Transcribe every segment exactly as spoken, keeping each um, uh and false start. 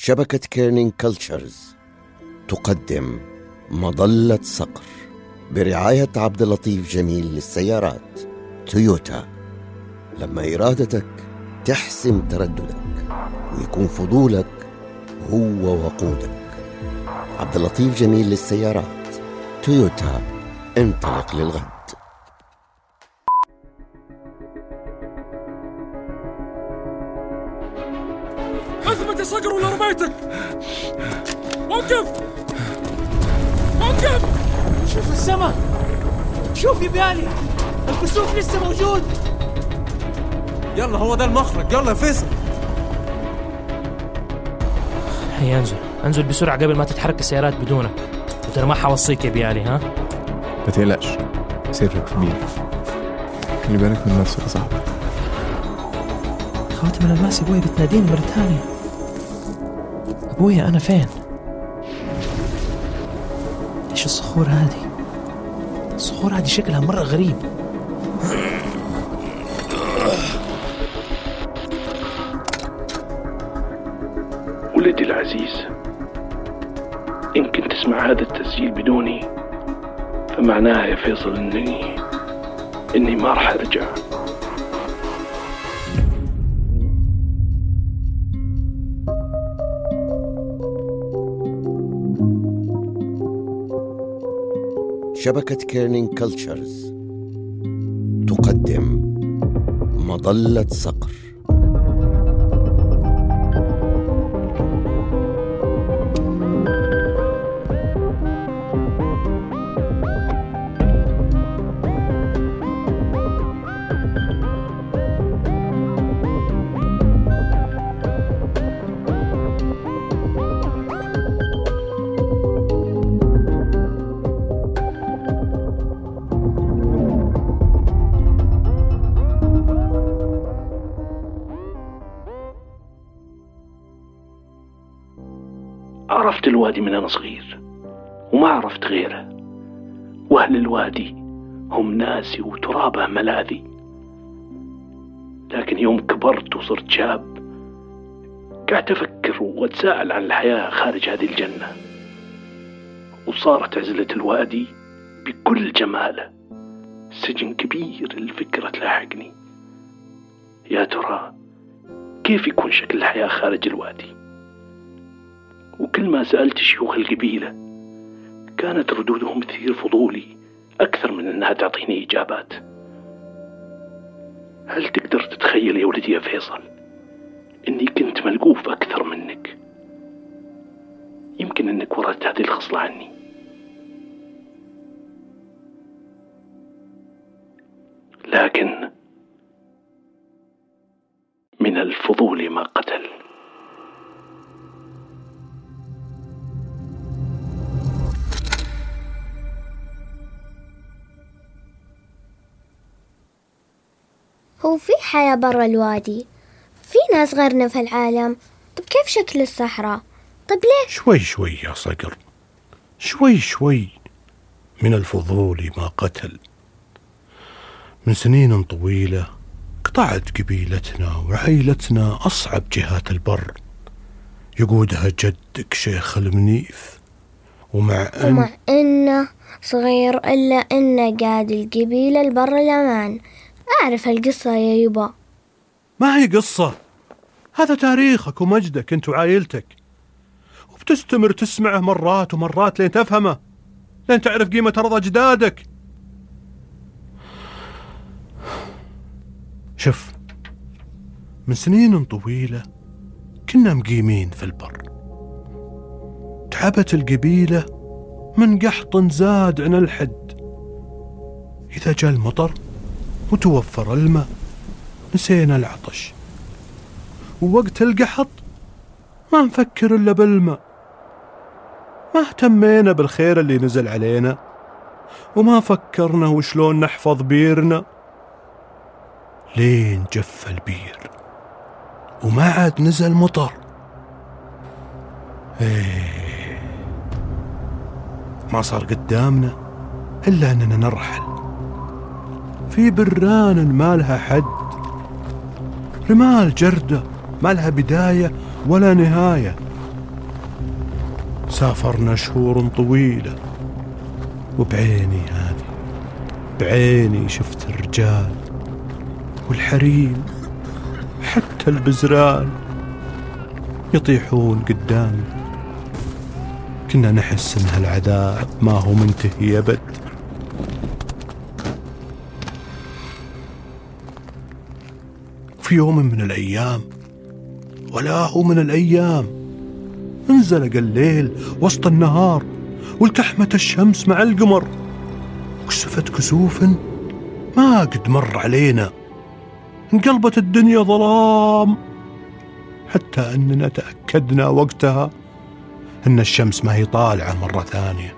شبكة كيرنينج كلتشرز تقدم مظلة صقر برعاية عبد اللطيف جميل للسيارات تويوتا. لما إرادتك تحسم ترددك ويكون فضولك هو وقودك. عبد اللطيف جميل للسيارات تويوتا، انطلق للغد. اثبت يا صقر ولا رميتك. وقف وقف. شوف السما، شوف يا بيالي الكسوف لسه موجود. يلا هو ده المخرج، يلا يا فيصل. هيا انزل انزل بسرعة قبل ما تتحرك السيارات بدونك، وترى ما حوصيك يا بيالي. ها ما تقلقش، سرك في بيدي، خلي بالك من نفسك يا صاحبي. خواتم الألماس ابويا بتناديني مرة ثانية. ابويا انا فين؟ ايش الصخور هذه؟ الصخور هذه شكلها مرة غريب. ولدي العزيز، إن كنت تسمع هذا التسجيل بدوني فمعناها يا فيصل إني إني ما راح أرجع. شبكة كيرنينج كلتشرز تقدم مظلة صقر. عرفت الوادي من أنا صغير وما عرفت غيره، وأهل الوادي هم ناسي وترابه ملاذي. لكن يوم كبرت وصرت شاب قعدت أفكر وأتساءل عن الحياة خارج هذه الجنة، وصارت عزلة الوادي بكل جماله سجن كبير. الفكرة تلاحقني، يا ترى كيف يكون شكل الحياة خارج الوادي؟ وكل ما سألت شيوخ القبيلة كانت ردودهم تثير فضولي أكثر من أنها تعطيني إجابات. هل تقدر تتخيل يا ولدي يا فيصل إني كنت ملقوف أكثر منك؟ يمكن أنك ورثت هذه الخصلة عني، لكن من الفضول ما قتل. هو في حياة برا الوادي؟ في ناس غيرنا في العالم؟ طب كيف شكل الصحراء؟ طب ليه؟ شوي شوي يا صقر، شوي شوي. من الفضول ما قتل. من سنين طويلة قطعت قبيلتنا وعائلتنا أصعب جهات البر، يقودها جدك شيخ المنيف. ومع أن ومع إنه صغير إلا إنه قاد القبيلة البر الأمان. أعرف القصة يا يبا. ما هي قصة، هذا تاريخك ومجدك أنت وعائلتك، وبتستمر تسمعه مرات ومرات لين تفهمه، لين تعرف قيمة رضا أجدادك. شوف، من سنين طويلة كنا مقيمين في البر. تعبت القبيلة من قحط زاد عن الحد. إذا جاء المطر وتوفر الماء نسينا العطش، ووقت القحط ما نفكر إلا بالماء. ما اهتمينا بالخير اللي نزل علينا، وما فكرنا وشلون نحفظ بيرنا، لين جف البير وما عاد نزل مطر. ايه، ما صار قدامنا إلا أننا نرحل في بران ما لها حد، رمال جردة ما لها بداية ولا نهاية، سافرنا شهور طويلة، وبعيني هذه بعيني شفت الرجال والحريم حتى البزران يطيحون قدامي. كنا نحس ان هالعذاب ما هو منتهي ابد. في يوم من الايام، ولا هو من الايام، انزلق الليل وسط النهار، والتحمت الشمس مع القمر، وكسفت كسوف ما قد مر علينا. انقلبت الدنيا ظلام، حتى أننا تأكدنا وقتها أن الشمس ما هي طالعة مرة ثانية.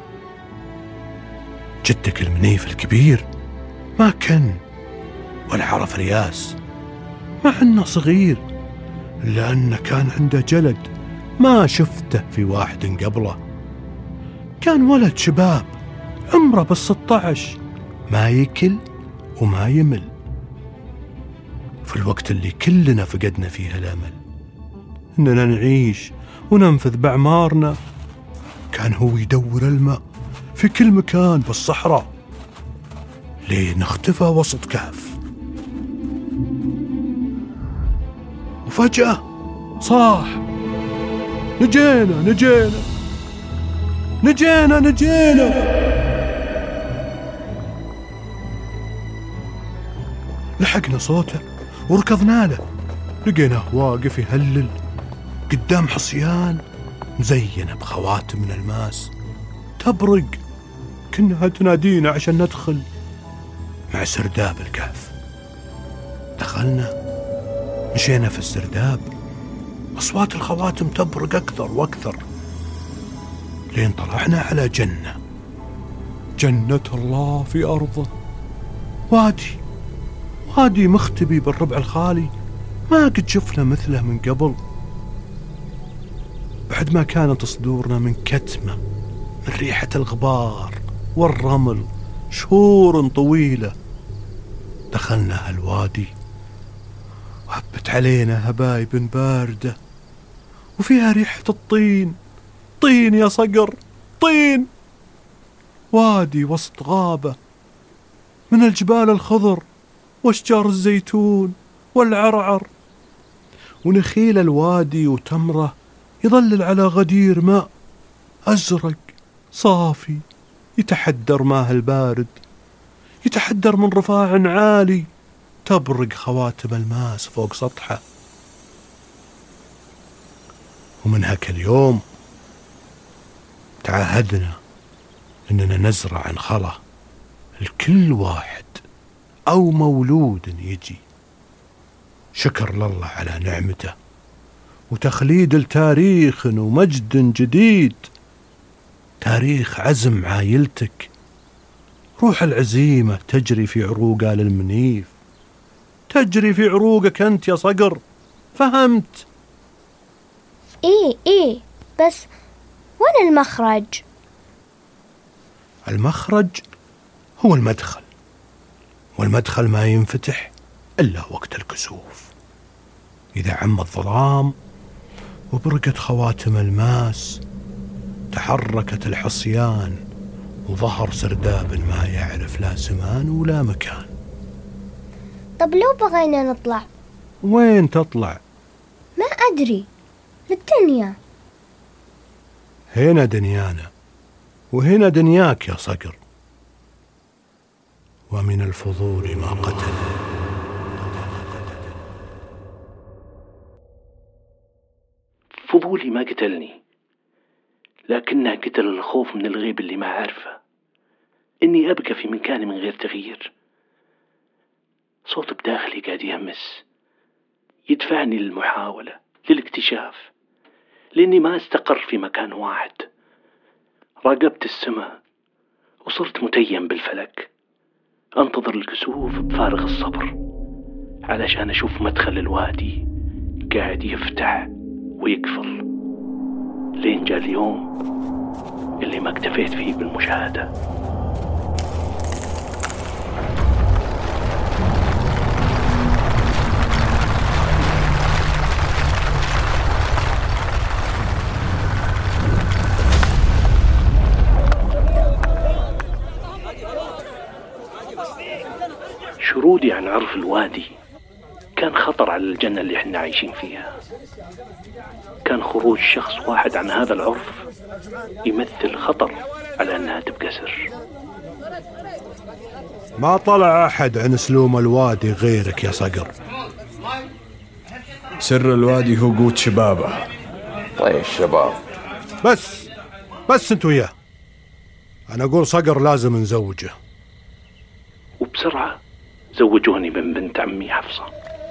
جدك المنيف الكبير ما كان ولا عرف رياس، مع أنه صغير، إلا أنه كان عنده جلد ما شفته في واحد قبله. كان ولد شباب عمره بالستة عشر، ما يكل وما يمل. في الوقت اللي كلنا فقدنا فيه الأمل إننا نعيش وننفذ بأعمارنا، كان هو يدور الماء في كل مكان بالصحراء، لين اختفى وسط كهف. وفجأة صاح: نجينا نجينا نجينا نجينا. لحقنا صوته وركضنا له، لقيناه واقف يهلل قدام حصيان مزينة بخواتم من الماس تبرق، كأنها تنادينا عشان ندخل مع سرداب الكهف. دخلنا، مشينا في السرداب، أصوات الخواتم تبرق أكثر وأكثر، لين طلعنا على جنة، جنة الله في أرضه. وادي وادي مختبي بالربع الخالي، ما قد شفنا مثله من قبل. بعد ما كانت صدورنا من كتمة من ريحة الغبار والرمل شهور طويلة، دخلنا هالوادي وهبت علينا هبايب باردة وفيها ريحة الطين. طين يا صقر، طين. وادي وسط غابة من الجبال الخضر واشجار الزيتون والعرعر، ونخيل الوادي وتمره يظلل على غدير ماء أزرق صافي يتحدر ماء البارد، يتحدر من رفاع عالي تبرق خواتم الماس فوق سطحه. ومن هاك اليوم تعهدنا إننا نزرع نخلة لكل واحد أو مولود يجي، شكر لله على نعمته وتخليد التاريخ ومجد جديد، تاريخ عزم عايلتك. روح العزيمة تجري في عروق آل المنيف، تجري في عروقك أنت يا صقر، فهمت؟ إيه إيه، بس وين المخرج؟ المخرج هو المدخل، والمدخل ما ينفتح إلا وقت الكسوف، إذا عم الظلام وبرقت خواتم الماس، تحركت الحصيان وظهر سرداب ما يعرف لا زمان ولا مكان. طب لو بغينا نطلع؟ وين تطلع؟ ما أدري، للدنيا. هنا دنيانا وهنا دنياك يا صقر. ومن الفضول ما قتل. فضولي ما قتلني، لكنها قتل الخوف من الغيب اللي ما عارفه، إني أبقى في مكاني من غير تغيير. صوت بداخلي قاعد يهمس يدفعني للمحاولة، للاكتشاف، لأني ما استقر في مكان واحد. راقبت السماء وصرت متيم بالفلك، أنتظر الكسوف بفارغ الصبر علشان أشوف مدخل الوادي قاعد يفتح ويقفل، لين جاء اليوم اللي ما اكتفيت فيه بالمشاهدة. عرف الوادي كان خطر على الجنة اللي احنا عايشين فيها. كان خروج شخص واحد عن هذا العرف يمثل خطر على أنها تبقى سر. ما طلع أحد عن سلوم الوادي غيرك يا صقر. سر الوادي هو قوت شبابه. طيب الشباب بس بس انتوا وياه. أنا أقول صقر لازم نزوجه. وبسرعة زوجوني من بنت عمي حفصة.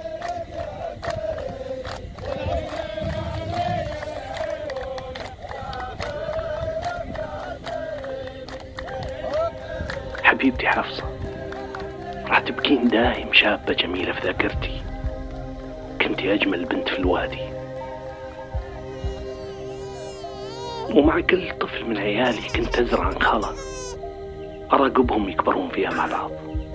حبيبتي حفصة، راح تبكين دايم شابة جميلة في ذاكرتي. كنتي أجمل بنت في الوادي، ومع كل طفل من عيالي كنت أزرع نخلة أراقبهم يكبرون فيها مع بعض.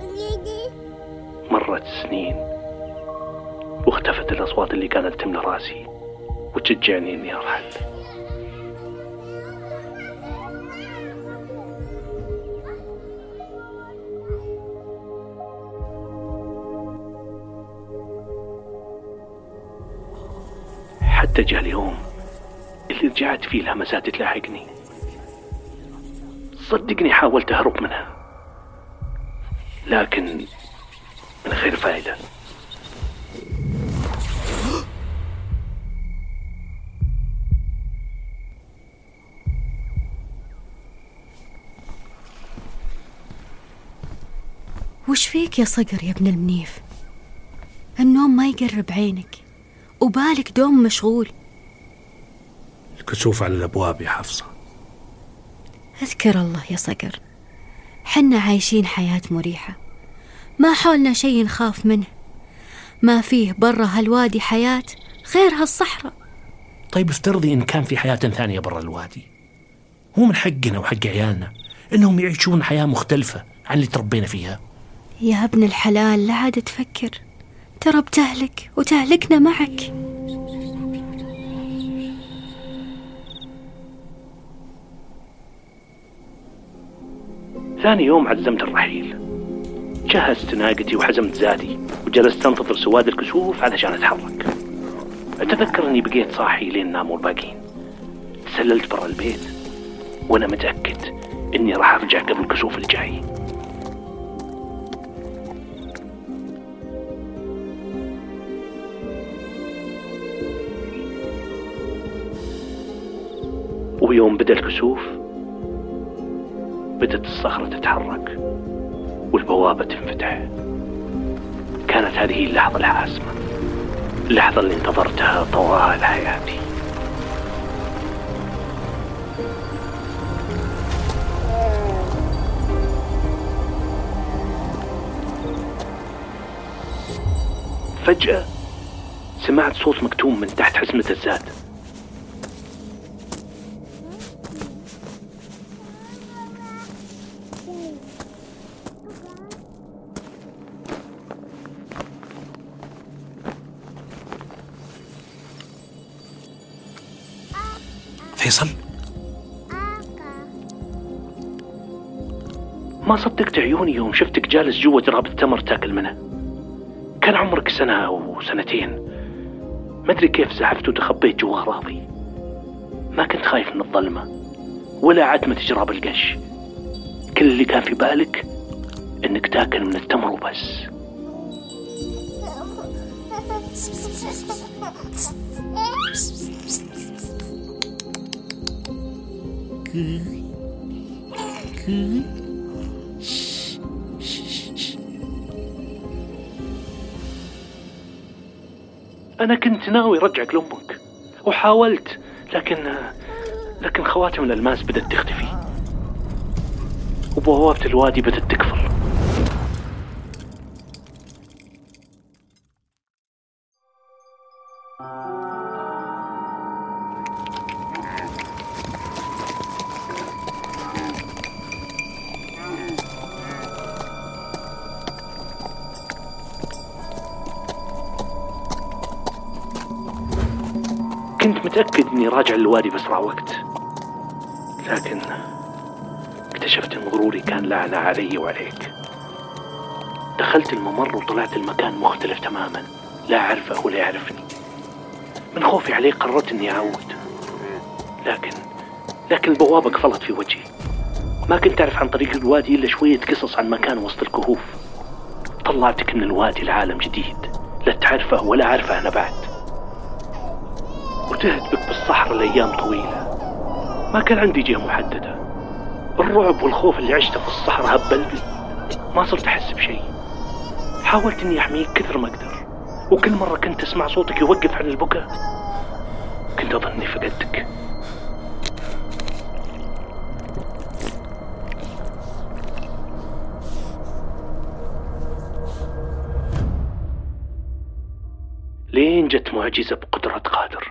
مرت السنين واختفت الأصوات اللي كانت تملى راسي وتشجعني إني أرحل. حتى جاء اليوم اللي رجعت فيه الهمسات تلاحقني. صدقني حاولت أهرب منها لكن من غير فائدة. وش فيك يا صقر يا ابن المنيف؟ النوم ما يقرب عينك وبالك دوم مشغول. الكسوف على الأبواب يا حفصة. اذكر الله يا صقر، حنا عايشين حياة مريحة، ما حولنا شيء نخاف منه، ما فيه برا هالوادي حياة غير هالصحراء. طيب افترضي إن كان في حياة ثانية برا الوادي، هو من حقنا وحق عيالنا إنهم يعيشون حياة مختلفة عن اللي تربينا فيها. يا ابن الحلال لا عاد تفكر، ترى بتهلك وتهلكنا معك. ثاني يوم عزمت الرحيل، جهزت ناقتي وحزمت زادي وجلست انتظر سواد الكسوف علشان اتحرك. اتذكر اني بقيت صاحي لين ناموا الباقين. تسللت برا البيت وانا متأكد اني راح ارجع قبل الكسوف الجاي. ويوم بدأ الكسوف بدأت الصخرة تتحرك والبوابة تنفتح. كانت هذه اللحظة الحاسمة، اللحظة اللي انتظرتها طوال حياتي. فجأة سمعت صوت مكتوم من تحت حزمة الزاد. فيصل، ما صدقت عيوني يوم شفتك جالس جوا جراب التمر تاكل منه. كان عمرك سنة أو سنتين، ما أدري كيف زحفت وتخبيت جوا أغراضي. ما كنت خايف من الظلمة ولا عتمة جراب القش، كل اللي كان في بالك إنك تاكل من التمر وبس. أنا كنت ناوي رجعك لأمك وحاولت، لكن لكن خواتم الألماس بدأت تختفي وبوابة الوادي بدأت تقفل. كنت متأكد إني راجع للوادي بأسرع وقت، لكن اكتشفت إن غروري كان لعنة علي وعليك. دخلت الممر وطلعت المكان مختلف تماما، لا أعرفه ولا يعرفني. من خوفي عليه قررت أني أعود، لكن لكن البوابة قفلت في وجهي. ما كنت أعرف عن طريق الوادي إلا شوية قصص عن مكان وسط الكهوف. طلعتك من الوادي لعالم جديد لا تعرفه ولا أعرفه أنا بعد، وتهت بك بالصحراء لأيام طويلة. ما كان عندي جهة محددة. الرعب والخوف اللي عشته في الصحراء هبلني، ما صرت أحس بشيء. حاولت أني أحميك كثر ما أقدر، وكل مرة كنت أسمع صوتك يوقف عن البكاء كنت أظن أني فقدتك. لين جت معجزة بقدرة قادر.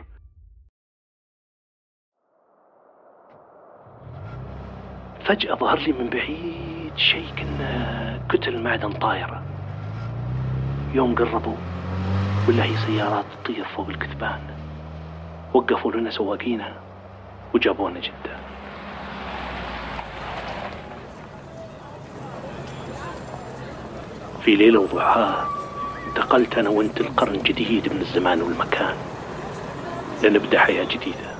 فجأة ظهر لي من بعيد شيء كأنه كتل معدن طايرة. يوم قربوا ولا هي سيارات تطير فوق الكثبان. وقفوا لنا سواقينها وجابونا جدة. في ليلة وضحاها انتقلت أنا وانت لقرن جديد من الزمان والمكان لنبدأ حياة جديدة.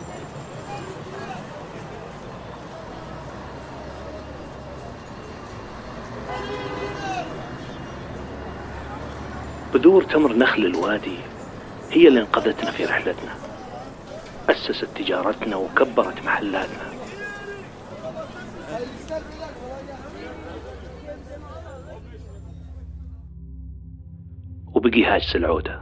بذور تمر نخل الوادي هي اللي انقذتنا في رحلتنا، أسست تجارتنا وكبرت محلاتنا. وبقي هاجس العودة.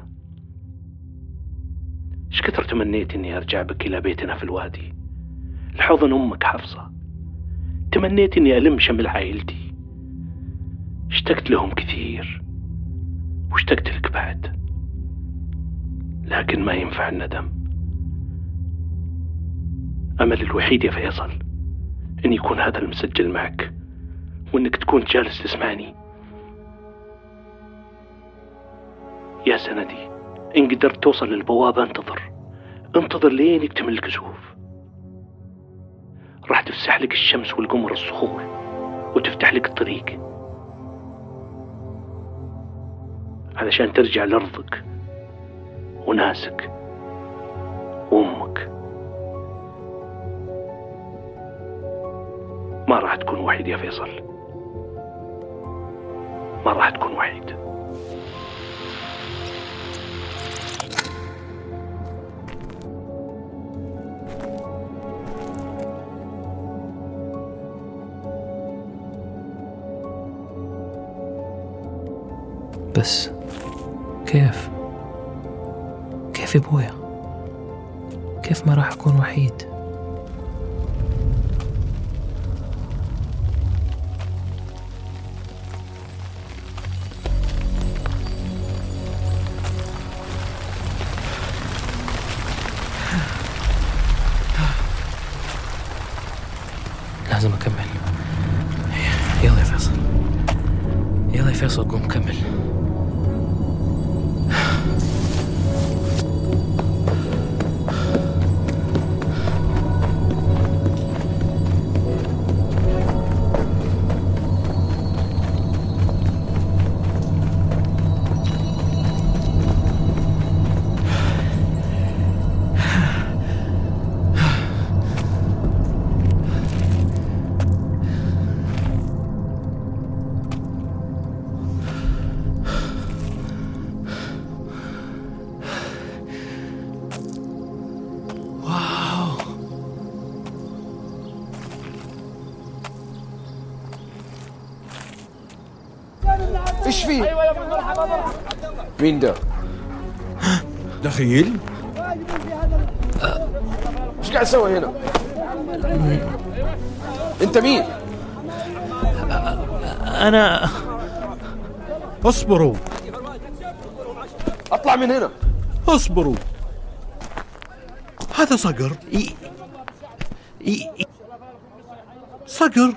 ايش كثر تمنيت اني ارجع بك الى بيتنا في الوادي لحضن امك حفصة. تمنيت اني الم شمل عائلتي. اشتقت لهم كثير واشتقت لك بعد، لكن ما ينفع الندم. امل الوحيد يا فيصل ان يكون هذا المسجل معك، وانك تكون جالس تسمعني. يا سندي، إن قدرت توصل للبوابة انتظر انتظر لين يكتمل الكسوف. راح تفسح لك الشمس والقمر الصخور وتفتح لك الطريق علشان ترجع لأرضك وناسك وأمك. ما راح تكون وحيد يا فيصل، ما راح تكون وحيد. بس كيف كيف يا ابويا؟ كيف ما راح اكون وحيد؟ لازم اكمل. يلا يا فيصل، يلا يا فيصل قوم كمل. ايش فيه؟ مين ده؟ دخيل؟ ايش قاعد تسوي هنا؟ انت مين؟ انا اصبروا اطلع من هنا. اصبروا، هذا صقر. إي... إي... إي... صقر؟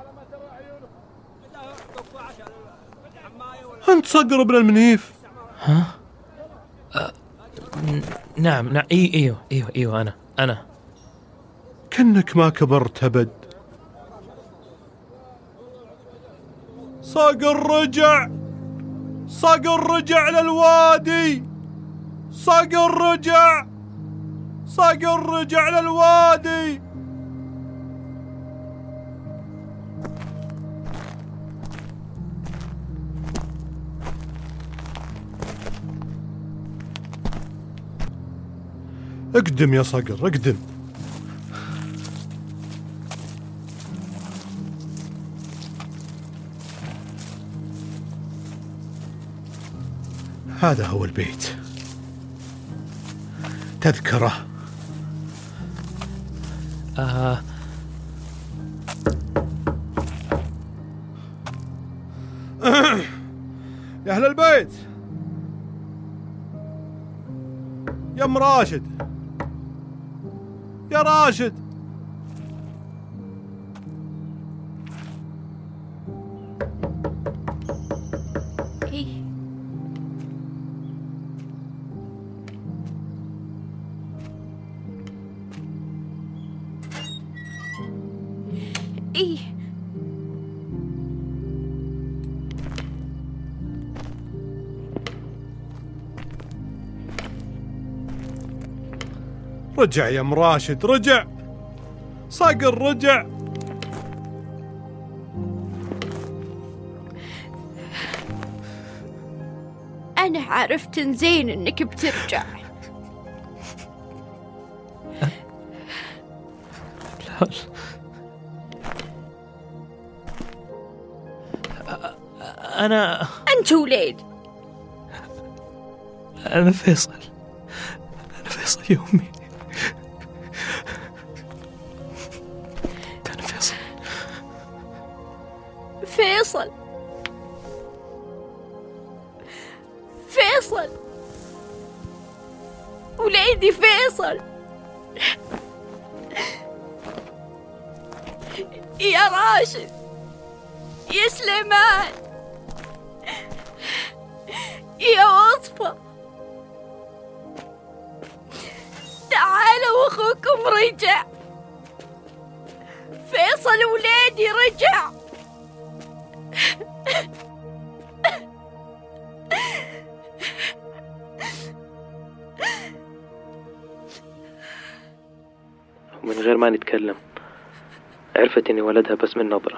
أنت صقر ابن المنيف؟ ها؟ أه... نعم نعم إي إيوه إيوه إيوه أنا أنا كأنك ما كبرت أبد. صقر رجع. صقر رجع للوادي، صقر رجع، صقر رجع للوادي. اقدم يا صقر، اقدم. هذا هو البيت، تذكره. آه. يا أهل البيت، يا ام راشد، يا راشد. إيه. إيه. رجع يا ام راشد، رجع. صقر رجع. أنا عرفت زين إنك بترجع. لا. أنا أنت وليد. أنا فيصل، أنا فيصل يا أمي. أنا فيصل. فيصل فيصل وليدي فيصل. يا راشد، يا سليمان، يا وصفة، تعالوا أخوكم رجع. فيصل وليدي رجع. ومن غير ما نتكلم عرفت إني ولدها بس من نظرة.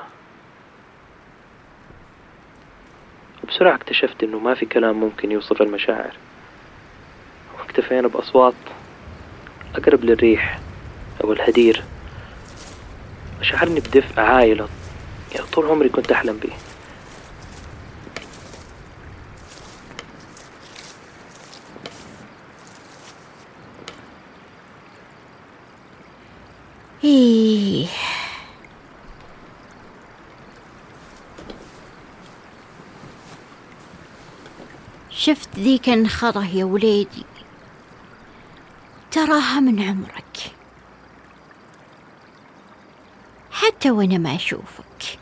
وبسرعة اكتشفت إنه ما في كلام ممكن يوصف المشاعر، واكتفينا بأصوات أقرب للريح أو الهدير. شعرني بدفء عائلة يعني طول عمري كنت أحلم به. إيه. شفت ذيك النخرة يا وليدي؟ تراها من عمرك، حتى وأنا ما أشوفك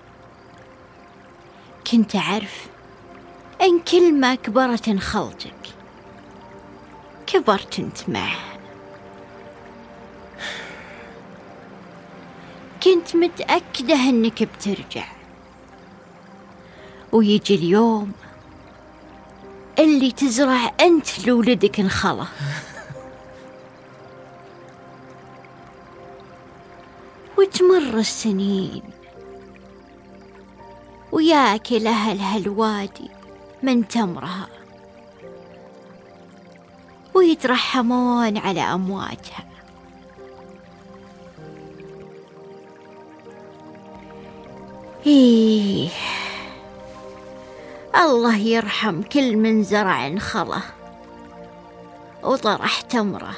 كنت أعرف إن كل ما كبرت نخلتك كبرت أنت معها. كنت متأكدة إنك بترجع، ويجي اليوم اللي تزرع أنت لولدك نخلة. وتمر السنين وياكل أهل هالوادي من تمرها، ويترحمون على أمواتها. إيه، الله يرحم كل من زرع نخله وطرح تمره.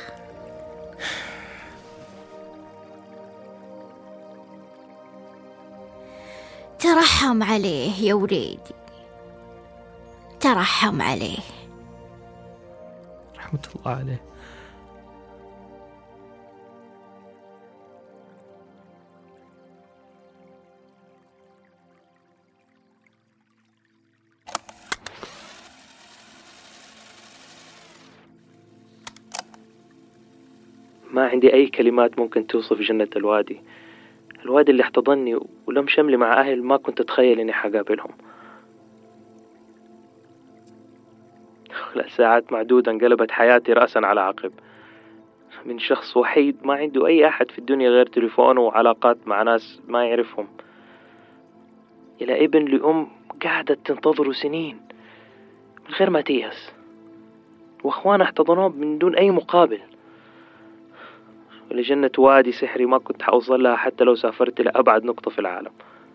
ترحم عليه يا وليدي، ترحم عليه. رحمة الله عليه. ما عندي أي كلمات ممكن توصف جنة الوادي. الوادي اللي احتضني ولم شملي مع أهل ما كنت أتخيل إني حقابلهم. خلال ساعات معدودة انقلبت حياتي رأسا على عقب، من شخص وحيد ما عنده أي أحد في الدنيا غير تليفونه وعلاقات مع ناس ما يعرفهم، إلى ابن لأم قاعدة تنتظره سنين من غير ما تيأس، وأخوانه احتضنوه من دون أي مقابل، ولجنة وادي سحري ما كنت حأوصل لها حتى لو سافرت لأبعد نقطة في العالم.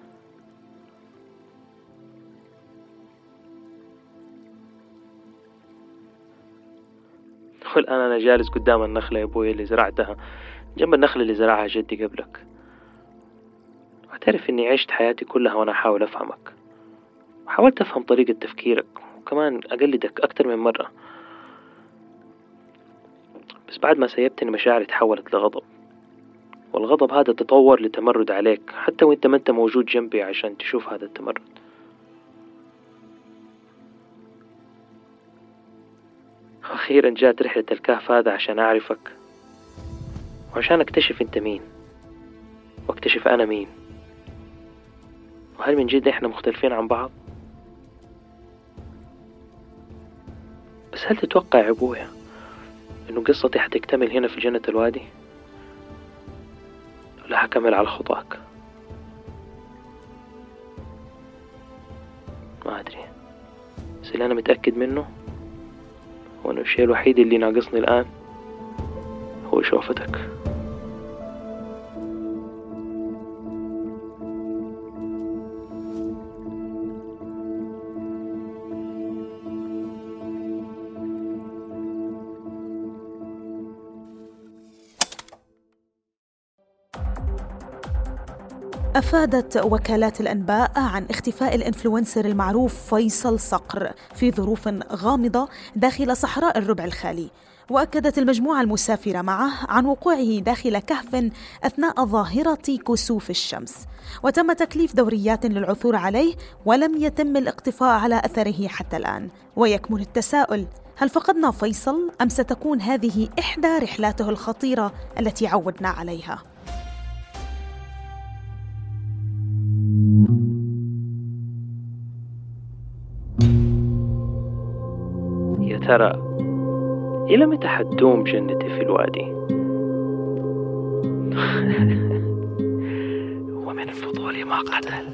والآن أنا جالس قدام النخلة يا أبوي اللي زرعتها جنب النخلة اللي زرعها جدي قبلك، أعترف إني عشت حياتي كلها وأنا أحاول أفهمك، وحاولت أفهم طريقة تفكيرك وكمان أقلدك أكتر من مرة، بس بعد ما سيبتني مشاعري تحولت لغضب، والغضب هذا تطور لتمرد عليك حتى وإنت ما أنت موجود جنبي عشان تشوف هذا التمرد. أخيرا جات رحلة الكهف هذا عشان أعرفك وعشان أكتشف أنت مين واكتشف أنا مين، وهل من جد إحنا مختلفين عن بعض؟ بس هل تتوقع يا أبويا إنه قصتي حتكتمل هنا في جنة الوادي ولا حكمل على خطاك؟ ما أدري، بس اللي أنا متأكد منه هو إنه الشيء الوحيد اللي ناقصني الآن هو شوفتك. أفادت وكالات الأنباء عن اختفاء الإنفلونسر المعروف فيصل صقر في ظروف غامضة داخل صحراء الربع الخالي، وأكدت المجموعة المسافرة معه عن وقوعه داخل كهف أثناء ظاهرة كسوف الشمس، وتم تكليف دوريات للعثور عليه ولم يتم الاقتفاء على أثره حتى الآن. ويكمن التساؤل: هل فقدنا فيصل أم ستكون هذه إحدى رحلاته الخطيرة التي عودنا عليها؟ يا ترى إلى متى حتدوم جنتي في الوادي؟ ومن الفضول ما قتل.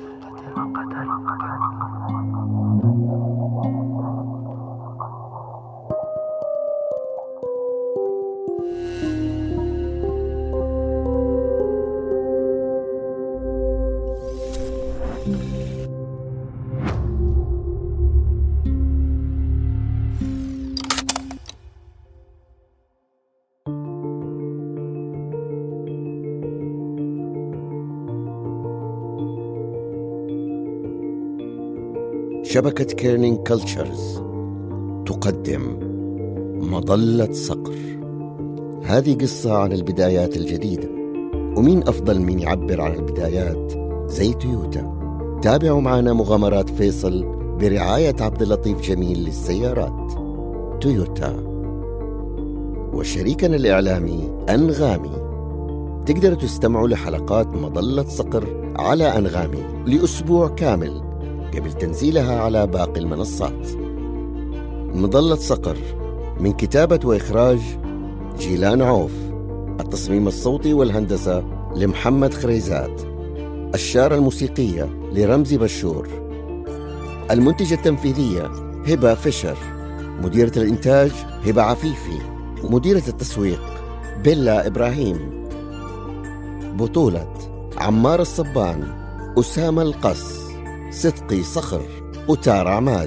شبكة كيرنينج كلتشرز تقدم مظلة صقر. هذه قصة عن البدايات الجديدة، ومين أفضل من يعبر عن البدايات زي تويوتا. تابعوا معنا مغامرات فيصل برعاية عبد اللطيف جميل للسيارات تويوتا، وشريكنا الإعلامي أنغامي. تقدروا تستمعوا لحلقات مظلة صقر على أنغامي لأسبوع كامل قبل تنزيلها على باقي المنصات. مظلة صقر من كتابة وإخراج جيلان عوف، التصميم الصوتي والهندسة لمحمد خريزات، الشارة الموسيقية لرمزي بشور، المنتجة التنفيذية هبة فيشر، مديرة الإنتاج هبة عفيفي، ومديرة التسويق بيلا إبراهيم. بطولة عمار الصبان، أسامة القص، صدقي صخر، وتار عماد،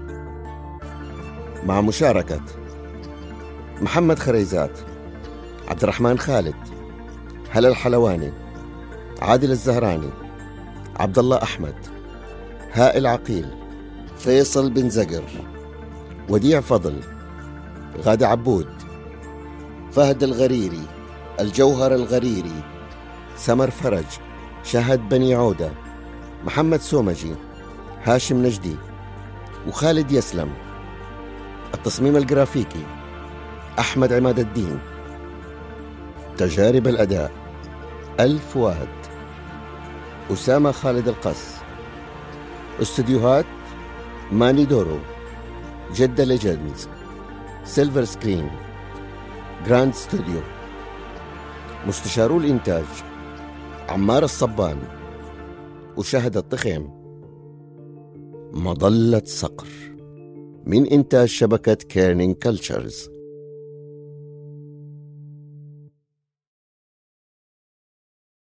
مع مشاركة محمد خريزات، عبد الرحمن خالد، هلا الحلواني، عادل الزهراني، عبد الله أحمد، هائل عقيل، فيصل بن زقر، وديع فضل، غادة عبود، فهد الغريري، الجوهر الغريري، سمر فرج، شهد بني عودة، محمد سومجي، هاشم نجدي، وخالد يسلم. التصميم الجرافيكي أحمد عماد الدين. تجارب الأداء الفواد، أسامة خالد القص. استديوهات ماني دورو، جدة ليجندز. سيلفر سكرين، جراند ستوديو. مستشارو الإنتاج عمار الصبان وشهد الطخيم. مظلة صقر من إنتاج شبكة كيرنينج كلتشرز.